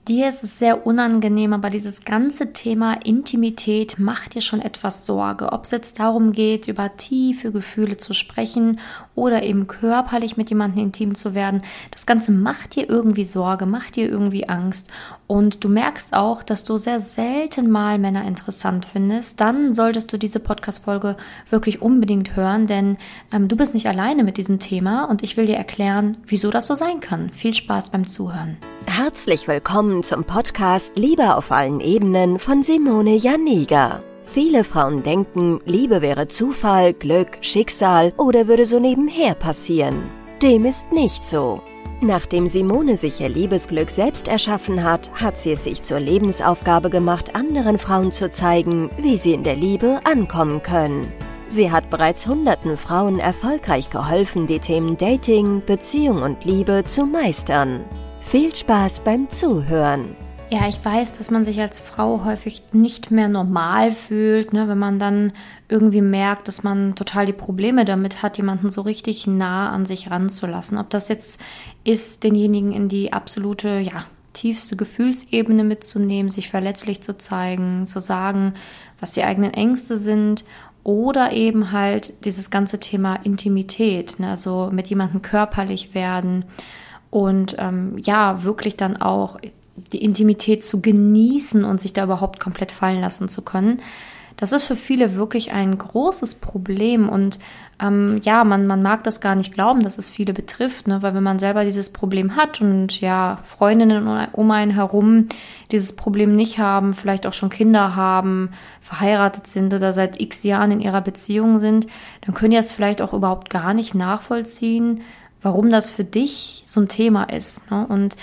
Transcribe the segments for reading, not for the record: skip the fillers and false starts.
dir ist es sehr unangenehm, aber dieses ganze Thema Intimität macht dir schon etwas Sorge. Ob es jetzt darum geht, über tiefe Gefühle zu sprechen oder eben körperlich mit jemandem intim zu werden, das Ganze macht dir irgendwie Sorge, macht dir irgendwie Angst. Und du merkst auch, dass du sehr selten mal Männer interessant findest, dann solltest du diese Podcast-Folge wirklich unbedingt hören, denn du bist nicht alleine mit diesem Thema und ich will dir erklären, wieso das so sein kann. Viel Spaß beim Zuhören. Herzlich willkommen zum Podcast Liebe auf allen Ebenen von Simone Janiga. Viele Frauen denken, Liebe wäre Zufall, Glück, Schicksal oder würde so nebenher passieren. Dem ist nicht so. Nachdem Simone sich ihr Liebesglück selbst erschaffen hat, hat sie es sich zur Lebensaufgabe gemacht, anderen Frauen zu zeigen, wie sie in der Liebe ankommen können. Sie hat bereits hunderten Frauen erfolgreich geholfen, die Themen Dating, Beziehung und Liebe zu meistern. Viel Spaß beim Zuhören. Ja, ich weiß, dass man sich als Frau häufig nicht mehr normal fühlt, wenn man dann irgendwie merkt, dass man total die Probleme damit hat, jemanden so richtig nah an sich ranzulassen. Ob das jetzt ist, denjenigen in die absolute, tiefste Gefühlsebene mitzunehmen, sich verletzlich zu zeigen, zu sagen, was die eigenen Ängste sind, oder eben halt dieses ganze Thema Intimität, also mit jemandem körperlich werden. Und wirklich dann auch die Intimität zu genießen und sich da überhaupt komplett fallen lassen zu können. Das ist für viele wirklich ein großes Problem und man mag das gar nicht glauben, dass es viele betrifft, weil wenn man selber dieses Problem hat und Freundinnen um einen herum dieses Problem nicht haben, vielleicht auch schon Kinder haben, verheiratet sind oder seit x Jahren in ihrer Beziehung sind, dann können die das vielleicht auch überhaupt gar nicht nachvollziehen, warum das für dich so ein Thema ist. Und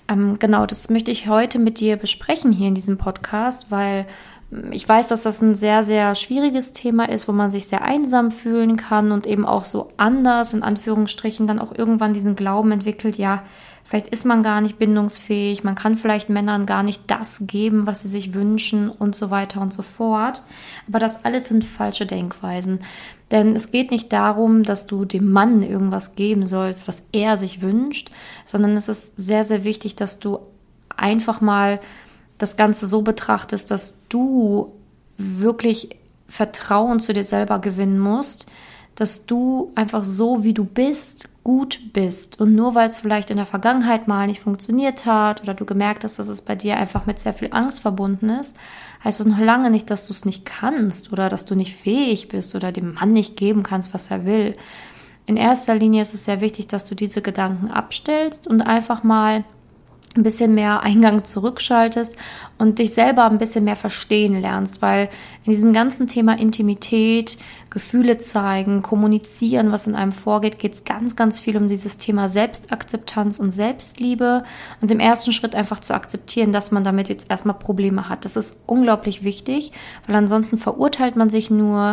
das möchte ich heute mit dir besprechen hier in diesem Podcast, weil ich weiß, dass das ein sehr, sehr schwieriges Thema ist, wo man sich sehr einsam fühlen kann und eben auch so anders, in Anführungsstrichen, dann auch irgendwann diesen Glauben entwickelt, vielleicht ist man gar nicht bindungsfähig, man kann vielleicht Männern gar nicht das geben, was sie sich wünschen und so weiter und so fort. Aber das alles sind falsche Denkweisen. Denn es geht nicht darum, dass du dem Mann irgendwas geben sollst, was er sich wünscht, sondern es ist sehr, sehr wichtig, dass du einfach mal das Ganze so betrachtest, dass du wirklich Vertrauen zu dir selber gewinnen musst, dass du einfach so, wie du bist, gut bist. Und nur weil es vielleicht in der Vergangenheit mal nicht funktioniert hat oder du gemerkt hast, dass es bei dir einfach mit sehr viel Angst verbunden ist, heißt das noch lange nicht, dass du es nicht kannst oder dass du nicht fähig bist oder dem Mann nicht geben kannst, was er will. In erster Linie ist es sehr wichtig, dass du diese Gedanken abstellst und einfach mal ein bisschen mehr Eingang zurückschaltest und dich selber ein bisschen mehr verstehen lernst, weil in diesem ganzen Thema Intimität, Gefühle zeigen, kommunizieren, was in einem vorgeht, geht es ganz, ganz viel um dieses Thema Selbstakzeptanz und Selbstliebe und im ersten Schritt einfach zu akzeptieren, dass man damit jetzt erstmal Probleme hat. Das ist unglaublich wichtig, weil ansonsten verurteilt man sich nur,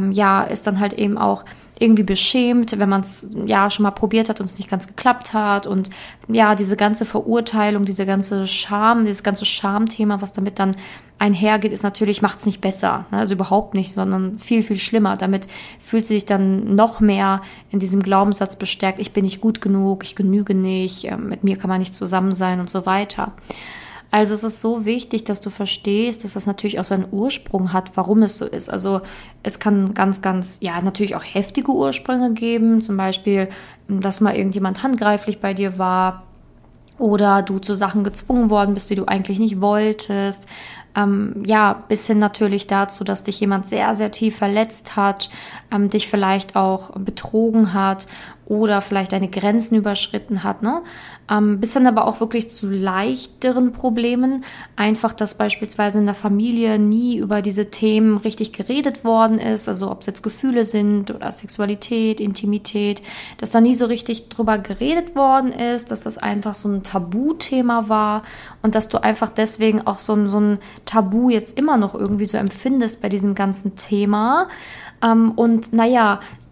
ist dann halt eben auch irgendwie beschämt, wenn man es schon mal probiert hat und es nicht ganz geklappt hat und diese ganze Verurteilung, diese ganze Scham, dieses ganze Schamthema, was damit dann einhergeht, ist natürlich, macht es nicht besser, also überhaupt nicht, sondern viel, viel schlimmer. Damit fühlt sie sich dann noch mehr in diesem Glaubenssatz bestärkt, ich bin nicht gut genug, ich genüge nicht, mit mir kann man nicht zusammen sein und so weiter. Also es ist so wichtig, dass du verstehst, dass das natürlich auch seinen Ursprung hat, warum es so ist. Also es kann ganz, ganz, natürlich auch heftige Ursprünge geben, zum Beispiel, dass mal irgendjemand handgreiflich bei dir war oder du zu Sachen gezwungen worden bist, die du eigentlich nicht wolltest. Bis hin natürlich dazu, dass dich jemand sehr, sehr tief verletzt hat, dich vielleicht auch betrogen hat oder vielleicht deine Grenzen überschritten hat, bis dann aber auch wirklich zu leichteren Problemen, einfach, dass beispielsweise in der Familie nie über diese Themen richtig geredet worden ist, also ob es jetzt Gefühle sind oder Sexualität, Intimität, dass da nie so richtig drüber geredet worden ist, dass das einfach so ein Tabuthema war und dass du einfach deswegen auch so ein Tabu jetzt immer noch irgendwie so empfindest bei diesem ganzen Thema.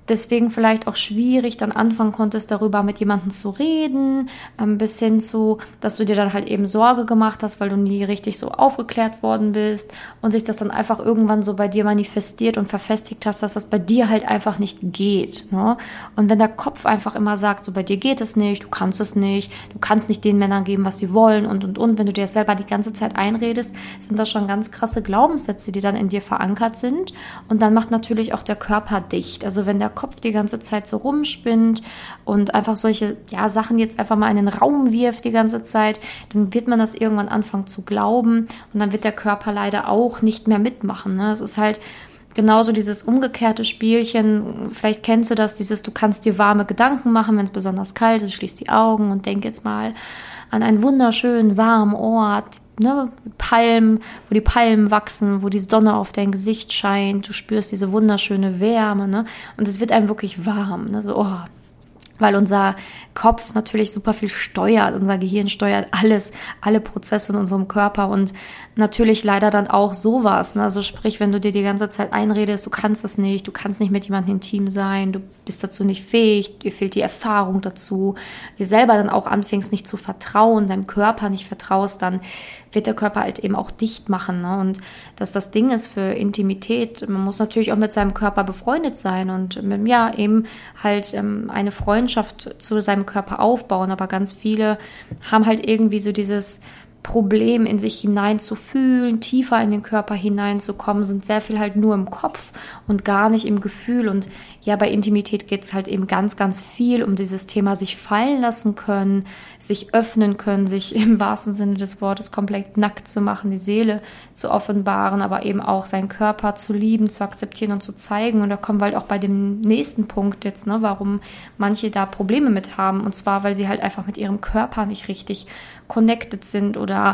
deswegen vielleicht auch schwierig dann anfangen konntest, darüber mit jemandem zu reden, bis hin zu, dass du dir dann halt eben Sorge gemacht hast, weil du nie richtig so aufgeklärt worden bist und sich das dann einfach irgendwann so bei dir manifestiert und verfestigt hast, dass das bei dir halt einfach nicht geht. Ne? Und wenn der Kopf einfach immer sagt, so bei dir geht es nicht, du kannst nicht den Männern geben, was sie wollen und, wenn du dir das selber die ganze Zeit einredest, sind das schon ganz krasse Glaubenssätze, die dann in dir verankert sind. Und dann macht natürlich auch der Körper dicht. Also wenn der Kopf die ganze Zeit so rumspinnt und einfach solche Sachen jetzt einfach mal in den Raum wirft die ganze Zeit, dann wird man das irgendwann anfangen zu glauben und dann wird der Körper leider auch nicht mehr mitmachen. Ne? Es ist halt genauso dieses umgekehrte Spielchen, vielleicht kennst du das, du kannst dir warme Gedanken machen, wenn es besonders kalt ist, schließ die Augen und denk jetzt mal an einen wunderschönen, warmen Ort, ne, Palmen, wo die Palmen wachsen, wo die Sonne auf dein Gesicht scheint, du spürst diese wunderschöne Wärme, ne, und es wird einem wirklich warm, ne, so, weil unser Kopf natürlich super viel steuert, unser Gehirn steuert alles, alle Prozesse in unserem Körper und natürlich leider dann auch sowas, ne? Also sprich, wenn du dir die ganze Zeit einredest, du kannst nicht mit jemandem intim sein, du bist dazu nicht fähig, dir fehlt die Erfahrung dazu, dir selber dann auch anfängst nicht zu vertrauen, deinem Körper nicht vertraust, dann wird der Körper halt eben auch dicht machen, ne? Und dass das Ding ist für Intimität, man muss natürlich auch mit seinem Körper befreundet sein und eben halt eine Freundschaft zu seinem Körper aufbauen, aber ganz viele haben halt irgendwie so dieses Problem in sich hineinzufühlen, tiefer in den Körper hineinzukommen, sind sehr viel halt nur im Kopf und gar nicht im Gefühl. Und ja, bei Intimität geht es halt eben ganz, ganz viel um dieses Thema sich fallen lassen können, sich öffnen können, sich im wahrsten Sinne des Wortes komplett nackt zu machen, die Seele zu offenbaren, aber eben auch seinen Körper zu lieben, zu akzeptieren und zu zeigen. Und da kommen wir halt auch bei dem nächsten Punkt jetzt, ne, warum manche da Probleme mit haben. Und zwar, weil sie halt einfach mit ihrem Körper nicht richtig connected sind oder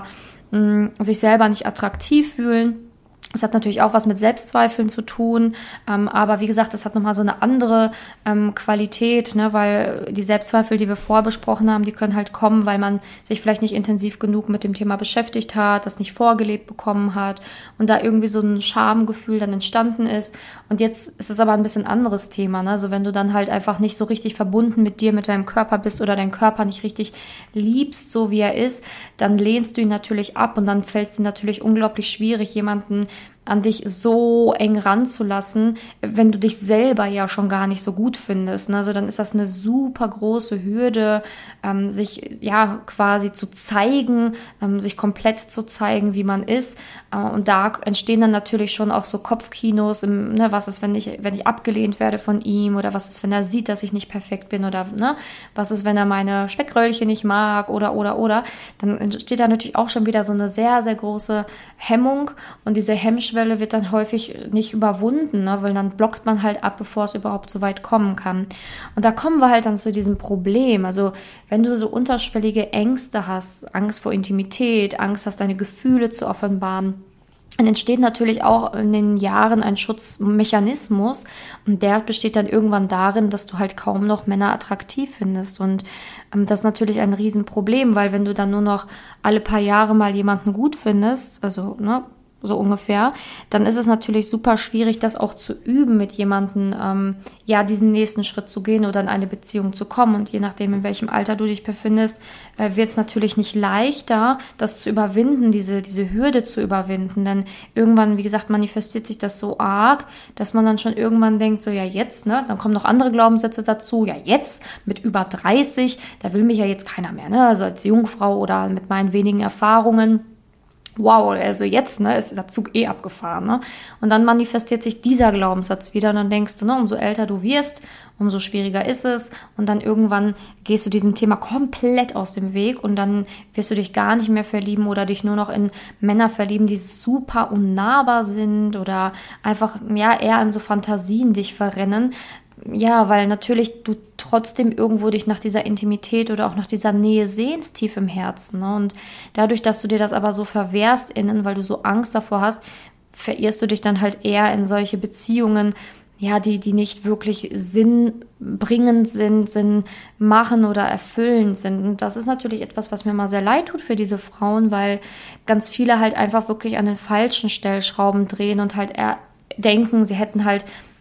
sich selber nicht attraktiv fühlen. Es hat natürlich auch was mit Selbstzweifeln zu tun, aber wie gesagt, das hat nochmal so eine andere Qualität, ne, weil die Selbstzweifel, die wir vorher besprochen haben, die können halt kommen, weil man sich vielleicht nicht intensiv genug mit dem Thema beschäftigt hat, das nicht vorgelebt bekommen hat und da irgendwie so ein Schamgefühl dann entstanden ist. Und jetzt ist es aber ein bisschen anderes Thema, ne? Also wenn du dann halt einfach nicht so richtig verbunden mit dir, mit deinem Körper bist oder deinen Körper nicht richtig liebst, so wie er ist, dann lehnst du ihn natürlich ab und dann fällt es dir natürlich unglaublich schwierig, jemanden an dich so eng ranzulassen, wenn du dich selber ja schon gar nicht so gut findest. Also dann ist das eine super große Hürde, sich ja quasi zu zeigen, sich komplett zu zeigen, wie man ist. Und da entstehen dann natürlich schon auch so Kopfkinos, was ist, wenn ich abgelehnt werde von ihm oder was ist, wenn er sieht, dass ich nicht perfekt bin oder was ist, wenn er meine Speckröllchen nicht mag oder. Dann entsteht da natürlich auch schon wieder so eine sehr, sehr große Hemmung und diese Hemmschwelle wird dann häufig nicht überwunden, ne? Weil dann blockt man halt ab, bevor es überhaupt so weit kommen kann. Und da kommen wir halt dann zu diesem Problem. Also wenn du so unterschwellige Ängste hast, Angst vor Intimität, Angst hast, deine Gefühle zu offenbaren, dann entsteht natürlich auch in den Jahren ein Schutzmechanismus und der besteht dann irgendwann darin, dass du halt kaum noch Männer attraktiv findest und das ist natürlich ein Riesenproblem, weil wenn du dann nur noch alle paar Jahre mal jemanden gut findest, also so ungefähr, dann ist es natürlich super schwierig, das auch zu üben, mit jemandem, diesen nächsten Schritt zu gehen oder in eine Beziehung zu kommen. Und je nachdem, in welchem Alter du dich befindest, wird es natürlich nicht leichter, das zu überwinden, diese Hürde zu überwinden. Denn irgendwann, wie gesagt, manifestiert sich das so arg, dass man dann schon irgendwann denkt, so ja jetzt, ne, dann kommen noch andere Glaubenssätze dazu, ja jetzt, mit über 30, da will mich ja jetzt keiner mehr, ne, also als Jungfrau oder mit meinen wenigen Erfahrungen. Wow, also jetzt, ist der Zug abgefahren, ne? Und dann manifestiert sich dieser Glaubenssatz wieder und dann denkst du, umso älter du wirst, umso schwieriger ist es und dann irgendwann gehst du diesem Thema komplett aus dem Weg und dann wirst du dich gar nicht mehr verlieben oder dich nur noch in Männer verlieben, die super unnahbar sind oder einfach, eher in so Fantasien dich verrennen. Ja, weil natürlich du trotzdem irgendwo dich nach dieser Intimität oder auch nach dieser Nähe sehnst, tief im Herzen. Ne? Und dadurch, dass du dir das aber so verwehrst innen, weil du so Angst davor hast, verirrst du dich dann halt eher in solche Beziehungen, die nicht wirklich sinnbringend sind, Sinn machen oder erfüllend sind. Und das ist natürlich etwas, was mir mal sehr leid tut für diese Frauen, weil ganz viele halt einfach wirklich an den falschen Stellschrauben drehen und halt eher denken, sie hätten halt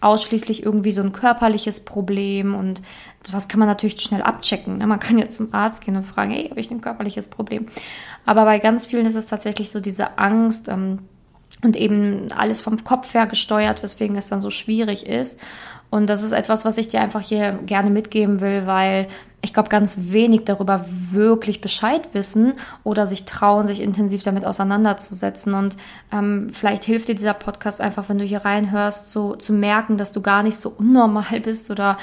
ausschließlich irgendwie so ein körperliches Problem und sowas kann man natürlich schnell abchecken. Ne? Man kann jetzt zum Arzt gehen und fragen, hey, habe ich ein körperliches Problem? Aber bei ganz vielen ist es tatsächlich so diese Angst und eben alles vom Kopf her gesteuert, weswegen es dann so schwierig ist. Und das ist etwas, was ich dir einfach hier gerne mitgeben will, weil ich glaube, ganz wenig darüber wirklich Bescheid wissen oder sich trauen, sich intensiv damit auseinanderzusetzen. Und vielleicht hilft dir dieser Podcast einfach, wenn du hier reinhörst, so zu merken, dass du gar nicht so unnormal bist oder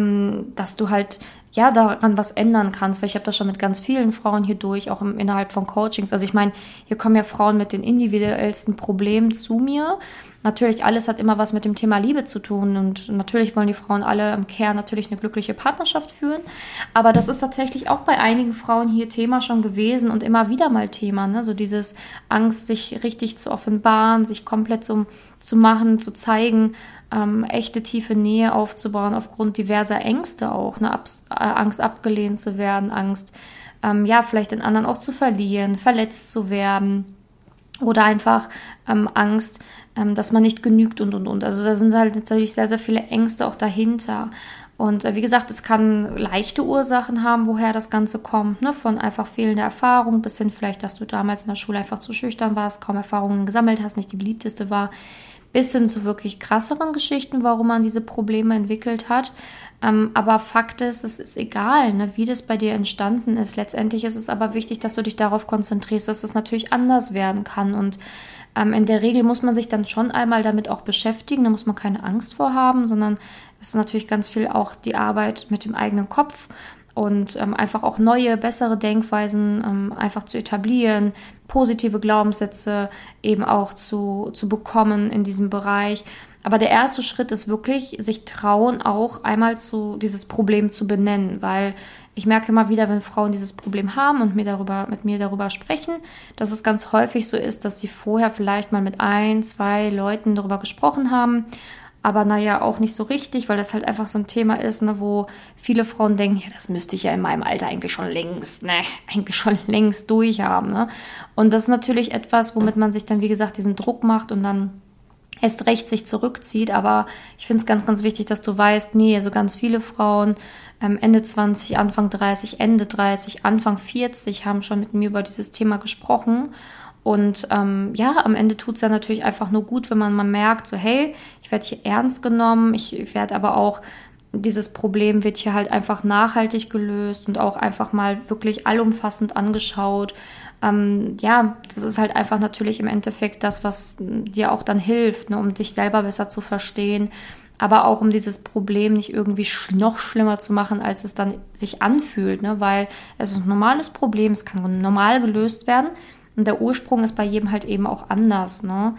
dass du halt ja daran was ändern kannst. Weil ich habe das schon mit ganz vielen Frauen hier durch, auch innerhalb von Coachings. Also ich meine, hier kommen ja Frauen mit den individuellsten Problemen zu mir. Natürlich, alles hat immer was mit dem Thema Liebe zu tun und natürlich wollen die Frauen alle im Kern natürlich eine glückliche Partnerschaft führen, aber das ist tatsächlich auch bei einigen Frauen hier Thema schon gewesen und immer wieder mal Thema, ne? So dieses Angst, sich richtig zu offenbaren, sich komplett zu machen, zu zeigen, echte tiefe Nähe aufzubauen aufgrund diverser Ängste auch, ne? Angst abgelehnt zu werden, Angst, vielleicht den anderen auch zu verlieren, verletzt zu werden. Oder einfach Angst, dass man nicht genügt und. Also da sind halt natürlich sehr, sehr viele Ängste auch dahinter. Und wie gesagt, es kann leichte Ursachen haben, woher das Ganze kommt, ne? Von einfach fehlender Erfahrung bis hin vielleicht, dass du damals in der Schule einfach zu schüchtern warst, kaum Erfahrungen gesammelt hast, nicht die beliebteste war, bis hin zu wirklich krasseren Geschichten, warum man diese Probleme entwickelt hat. Aber Fakt ist, es ist egal, ne, wie das bei dir entstanden ist. Letztendlich ist es aber wichtig, dass du dich darauf konzentrierst, dass es natürlich anders werden kann. Und in der Regel muss man sich dann schon einmal damit auch beschäftigen. Da muss man keine Angst vor haben, sondern es ist natürlich ganz viel auch die Arbeit mit dem eigenen Kopf und einfach auch neue, bessere Denkweisen einfach zu etablieren, positive Glaubenssätze eben auch zu bekommen in diesem Bereich. Aber der erste Schritt ist wirklich, sich trauen, auch einmal dieses Problem zu benennen, weil ich merke immer wieder, wenn Frauen dieses Problem haben und mit mir darüber sprechen, dass es ganz häufig so ist, dass sie vorher vielleicht mal mit 1, 2 Leuten darüber gesprochen haben, aber auch nicht so richtig, weil das halt einfach so ein Thema ist, ne, wo viele Frauen denken, ja, das müsste ich ja in meinem Alter eigentlich schon längst durchhaben. Ne? Und das ist natürlich etwas, womit man sich dann, wie gesagt, diesen Druck macht und dann erst recht sich zurückzieht, aber ich finde es ganz, ganz wichtig, dass du weißt, also ganz viele Frauen Ende 20, Anfang 30, Ende 30, Anfang 40 haben schon mit mir über dieses Thema gesprochen und am Ende tut es ja natürlich einfach nur gut, wenn man mal merkt, so hey, ich werde hier ernst genommen, ich werde aber auch, dieses Problem wird hier halt einfach nachhaltig gelöst und auch einfach mal wirklich allumfassend angeschaut. Das ist halt einfach natürlich im Endeffekt das, was dir auch dann hilft, ne, um dich selber besser zu verstehen, aber auch um dieses Problem nicht irgendwie noch schlimmer zu machen, als es dann sich anfühlt, ne, weil es ist ein normales Problem, es kann normal gelöst werden und der Ursprung ist bei jedem halt eben auch anders, ne.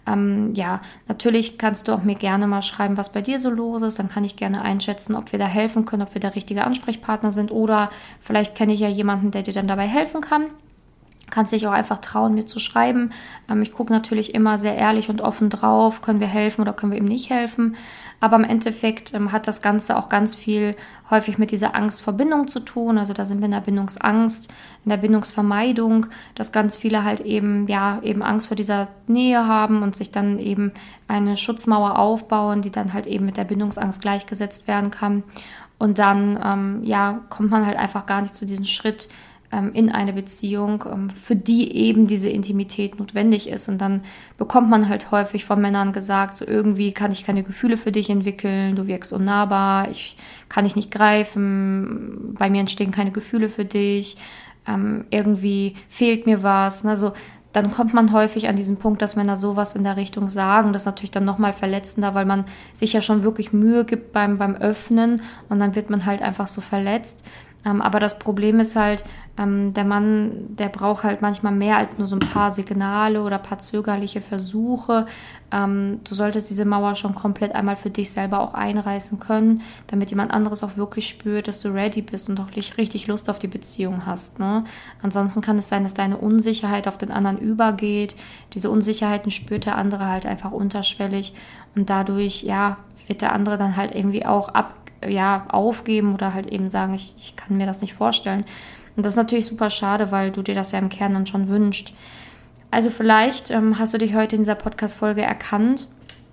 Natürlich kannst du auch mir gerne mal schreiben, was bei dir so los ist. Dann kann ich gerne einschätzen, ob wir da helfen können, ob wir der richtige Ansprechpartner sind oder vielleicht kenne ich ja jemanden, der dir dann dabei helfen kann. Kannst dich auch einfach trauen, mir zu schreiben. Ich gucke natürlich immer sehr ehrlich und offen drauf, können wir helfen oder können wir ihm nicht helfen. Aber im Endeffekt hat das Ganze auch ganz viel häufig mit dieser Angstverbindung zu tun. Also da sind wir in der Bindungsangst, in der Bindungsvermeidung, dass ganz viele halt eben Angst vor dieser Nähe haben und sich dann eben eine Schutzmauer aufbauen, die dann halt eben mit der Bindungsangst gleichgesetzt werden kann. Und dann kommt man halt einfach gar nicht zu diesem Schritt, in eine Beziehung, für die eben diese Intimität notwendig ist. Und dann bekommt man halt häufig von Männern gesagt, so irgendwie kann ich keine Gefühle für dich entwickeln, du wirkst unnahbar, ich kann dich nicht greifen, bei mir entstehen keine Gefühle für dich, irgendwie fehlt mir was. Also dann kommt man häufig an diesen Punkt, dass Männer sowas in der Richtung sagen. Das ist natürlich dann nochmal verletzender, weil man sich ja schon wirklich Mühe gibt beim Öffnen und dann wird man halt einfach so verletzt. Aber das Problem ist halt, der Mann, der braucht halt manchmal mehr als nur so ein paar Signale oder ein paar zögerliche Versuche. Du solltest diese Mauer schon komplett einmal für dich selber auch einreißen können, damit jemand anderes auch wirklich spürt, dass du ready bist und auch richtig Lust auf die Beziehung hast. Ne? Ansonsten kann es sein, dass deine Unsicherheit auf den anderen übergeht. Diese Unsicherheiten spürt der andere halt einfach unterschwellig und dadurch, wird der andere dann halt irgendwie auch aufgeben oder halt eben sagen, ich kann mir das nicht vorstellen. Und das ist natürlich super schade, weil du dir das ja im Kern dann schon wünschst. Also vielleicht hast du dich heute in dieser Podcast-Folge erkannt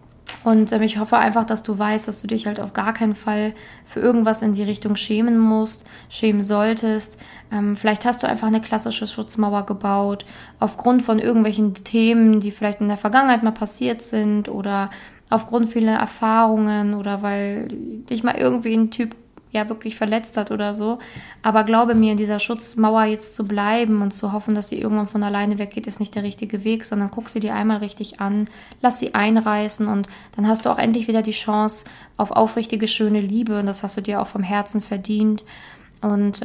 Und ich hoffe einfach, dass du weißt, dass du dich halt auf gar keinen Fall für irgendwas in die Richtung schämen musst, schämen solltest. Vielleicht hast du einfach eine klassische Schutzmauer gebaut, aufgrund von irgendwelchen Themen, die vielleicht in der Vergangenheit mal passiert sind oder aufgrund vieler Erfahrungen oder weil dich mal irgendwie ein Typ ja wirklich verletzt hat oder so. Aber glaube mir, in dieser Schutzmauer jetzt zu bleiben und zu hoffen, dass sie irgendwann von alleine weggeht, ist nicht der richtige Weg, sondern guck sie dir einmal richtig an, lass sie einreißen und dann hast du auch endlich wieder die Chance auf aufrichtige, schöne Liebe und das hast du dir auch vom Herzen verdient. Und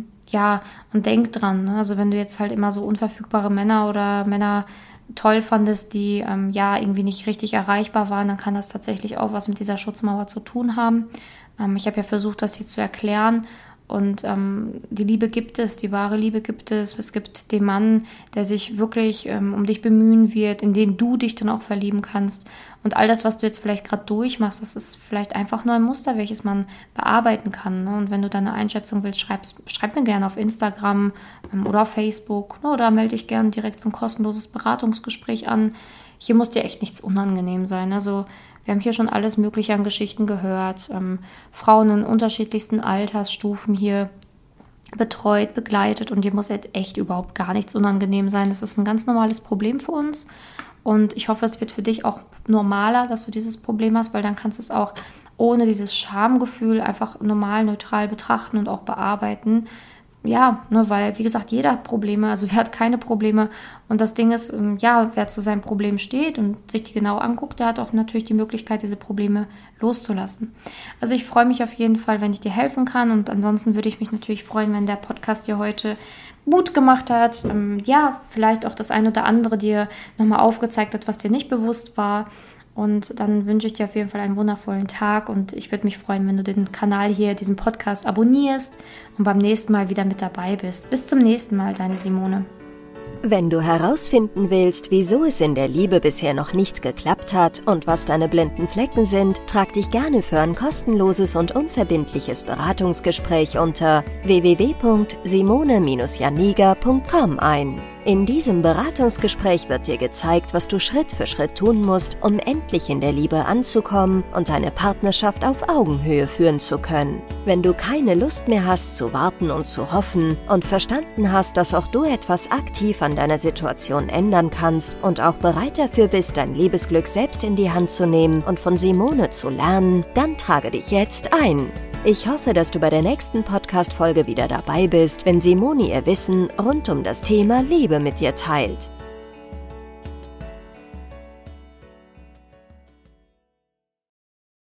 und denk dran, ne? Also wenn du jetzt halt immer so unverfügbare Männer oder Männer toll fandest, die irgendwie nicht richtig erreichbar waren, dann kann das tatsächlich auch was mit dieser Schutzmauer zu tun haben. Ich habe ja versucht, das hier zu erklären und die Liebe gibt es, die wahre Liebe gibt es. Es gibt den Mann, der sich wirklich um dich bemühen wird, in den du dich dann auch verlieben kannst. Und all das, was du jetzt vielleicht gerade durchmachst, das ist vielleicht einfach nur ein Muster, welches man bearbeiten kann. Ne? Und wenn du deine Einschätzung willst, schreib mir gerne auf Instagram oder auf Facebook, ne? Oder melde dich gerne direkt für ein kostenloses Beratungsgespräch an. Hier muss dir echt nichts unangenehm sein. Also wir haben hier schon alles Mögliche an Geschichten gehört. Frauen in unterschiedlichsten Altersstufen hier betreut, begleitet und dir muss jetzt echt überhaupt gar nichts unangenehm sein. Das ist ein ganz normales Problem für uns und ich hoffe, es wird für dich auch normaler, dass du dieses Problem hast, weil dann kannst du es auch ohne dieses Schamgefühl einfach normal, neutral betrachten und auch bearbeiten. Ja, ne, weil, wie gesagt, jeder hat Probleme, also wer hat keine Probleme? Und das Ding ist, wer zu seinem Problem steht und sich die genau anguckt, der hat auch natürlich die Möglichkeit, diese Probleme loszulassen. Also ich freue mich auf jeden Fall, wenn ich dir helfen kann und ansonsten würde ich mich natürlich freuen, wenn der Podcast dir heute Mut gemacht hat, vielleicht auch das ein oder andere dir nochmal aufgezeigt hat, was dir nicht bewusst war. Und dann wünsche ich dir auf jeden Fall einen wundervollen Tag und ich würde mich freuen, wenn du den Kanal hier, diesen Podcast abonnierst und beim nächsten Mal wieder mit dabei bist. Bis zum nächsten Mal, deine Simone. Wenn du herausfinden willst, wieso es in der Liebe bisher noch nicht geklappt hat und was deine blinden Flecken sind, trag dich gerne für ein kostenloses und unverbindliches Beratungsgespräch unter www.simone-janiga.com ein. In diesem Beratungsgespräch wird dir gezeigt, was du Schritt für Schritt tun musst, um endlich in der Liebe anzukommen und deine Partnerschaft auf Augenhöhe führen zu können. Wenn du keine Lust mehr hast zu warten und zu hoffen und verstanden hast, dass auch du etwas aktiv an deiner Situation ändern kannst und auch bereit dafür bist, dein Liebesglück selbst in die Hand zu nehmen und von Simone zu lernen, dann trage dich jetzt ein. Ich hoffe, dass du bei der nächsten Podcast-Folge wieder dabei bist, wenn Simone ihr Wissen rund um das Thema Liebe mit dir teilt.